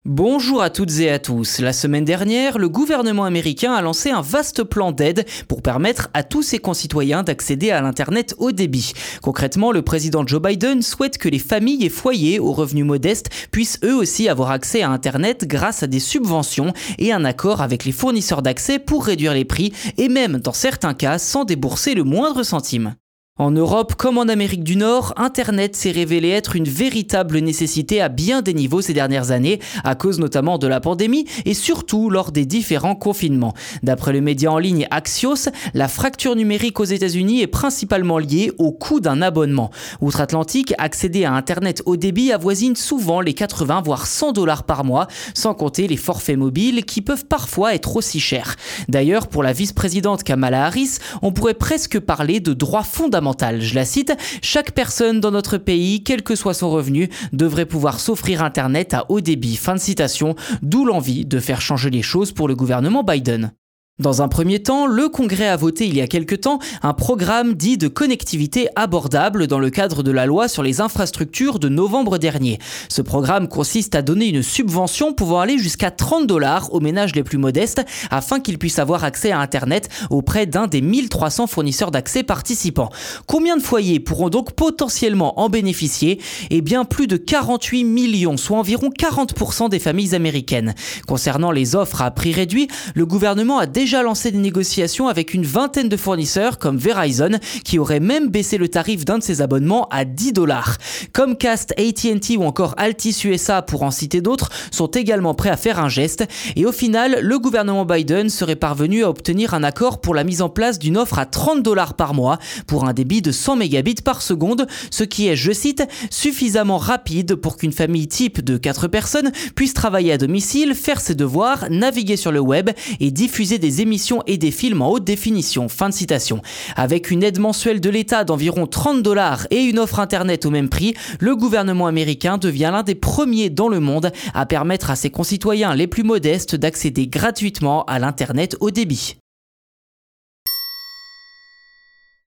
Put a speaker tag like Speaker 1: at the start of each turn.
Speaker 1: Bonjour à toutes et à tous. La semaine dernière, le gouvernement américain a lancé un vaste plan d'aide pour permettre à tous ses concitoyens d'accéder à l'Internet haut débit. Concrètement, le président Joe Biden souhaite que les familles et foyers aux revenus modestes puissent eux aussi avoir accès à Internet grâce à des subventions et un accord avec les fournisseurs d'accès pour réduire les prix et même, dans certains cas, sans débourser le moindre centime. En Europe comme en Amérique du Nord, Internet s'est révélé être une véritable nécessité à bien des niveaux ces dernières années, à cause notamment de la pandémie et surtout lors des différents confinements. D'après le média en ligne Axios, la fracture numérique aux États-Unis est principalement liée au coût d'un abonnement. Outre-Atlantique, accéder à Internet haut débit avoisine souvent les 80 voire 100 $ par mois, sans compter les forfaits mobiles qui peuvent parfois être aussi chers. D'ailleurs, pour la vice-présidente Kamala Harris, on pourrait presque parler de droit fondamental. Je la cite, « Chaque personne dans notre pays, quel que soit son revenu, devrait pouvoir s'offrir Internet à haut débit ». Fin de citation, d'où l'envie de faire changer les choses pour le gouvernement Biden. Dans un premier temps, le Congrès a voté il y a quelque temps un programme dit de connectivité abordable dans le cadre de la loi sur les infrastructures de novembre dernier. Ce programme consiste à donner une subvention pouvant aller jusqu'à 30 $ aux ménages les plus modestes afin qu'ils puissent avoir accès à Internet auprès d'un des 1300 fournisseurs d'accès participants. Combien de foyers pourront donc potentiellement en bénéficier ? Eh bien, plus de 48 millions, soit environ 40% des familles américaines. Concernant les offres à prix réduit, le gouvernement a déjà lancé des négociations avec une vingtaine de fournisseurs comme Verizon qui aurait même baissé le tarif d'un de ses abonnements à 10 $. Comcast, AT&T ou encore Altice USA, pour en citer d'autres, sont également prêts à faire un geste et au final, le gouvernement Biden serait parvenu à obtenir un accord pour la mise en place d'une offre à 30 $ par mois pour un débit de 100 mégabits par seconde, ce qui est, je cite, suffisamment rapide pour qu'une famille type de 4 personnes puisse travailler à domicile, faire ses devoirs, naviguer sur le web et diffuser des émissions et des films en haute définition. Fin de citation. Avec une aide mensuelle de l'État d'environ 30 $ et une offre Internet au même prix, le gouvernement américain devient l'un des premiers dans le monde à permettre à ses concitoyens les plus modestes d'accéder gratuitement à l'Internet haut débit.